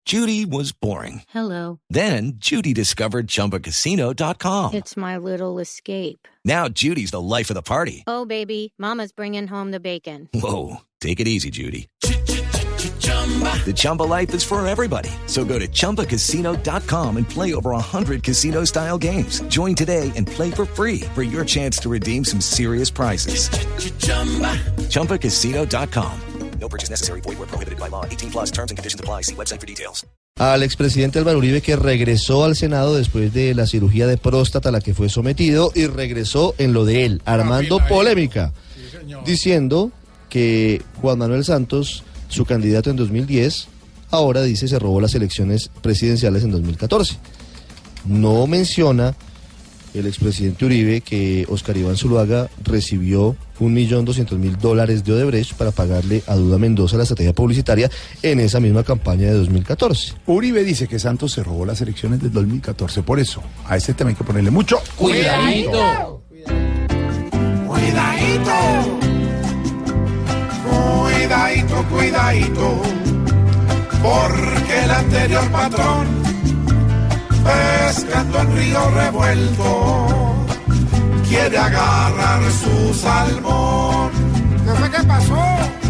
Judy was boring. Hello. Then Judy discovered ChumbaCasino.com. It's my little escape. Now Judy's the life of the party. Oh, baby, mama's bringing home the bacon. Whoa, take it easy, Judy. The Chumba life is for everybody. So go to ChumbaCasino.com and play over 100 casino-style games. Join today and play for free for your chance to redeem some serious prizes. ChumbaCasino.com. No purchase necessary. Void where prohibited by law. 18 plus terms and conditions apply. See website for details. Al expresidente Álvaro Uribe, que regresó al Senado después de la cirugía de próstata a la que fue sometido, y regresó en lo de él, armando polémica, diciendo que Juan Manuel Santos, su candidato en 2010, ahora dice se robó las elecciones presidenciales en 2014. No menciona el expresidente Uribe que Oscar Iván Zuluaga recibió $1.200.000 de Odebrecht para pagarle a Duda Mendoza la estrategia publicitaria en esa misma campaña de 2014. Uribe dice que Santos se robó las elecciones del 2014, por eso a ese tema hay que ponerle mucho ¡Cuidadito! ¡Cuidadito! Cuidadito, cuidadito, porque el anterior patrón, pescando en río revuelto, quiere agarrar su salmón. ¿Qué fue que pasó?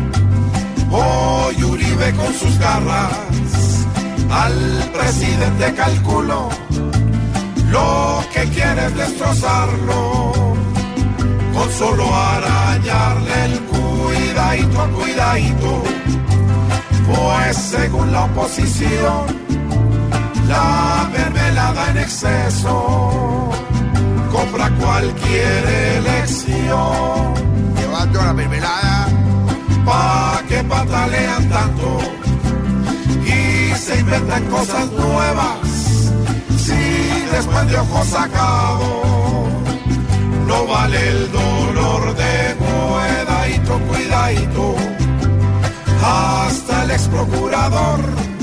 Hoy Uribe con sus garras al presidente calculó, lo que quiere es destrozarlo, con solo arañarle el cuidadito, cuidadito, pues según la oposición, la mermelada en exceso compra cualquier elección. Llevando la mermelada. Pa' que patalean tanto y se inventan cosas nuevas, si después de ojos sacados no vale el dolor de cuidadito, cuidadito. Hasta el ex procurador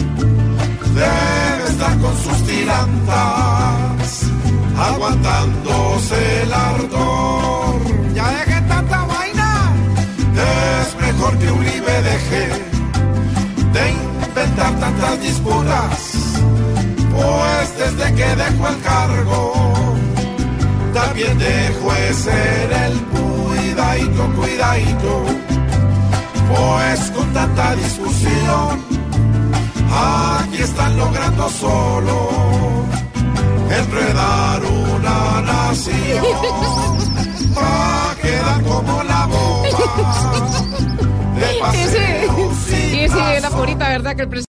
debe estar con sus tirantas, aguantándose el ardor. Ya deje tanta vaina. Es mejor que Uribe deje de inventar tantas disputas, pues desde que dejó el cargo también dejó de ser el cuidadito, cuidadito, pues con tanta discusión aquí están logrando solo enredar una nación. Quedan como la boba de paseo. Sí, es la favorita, ¿verdad? Que el presidente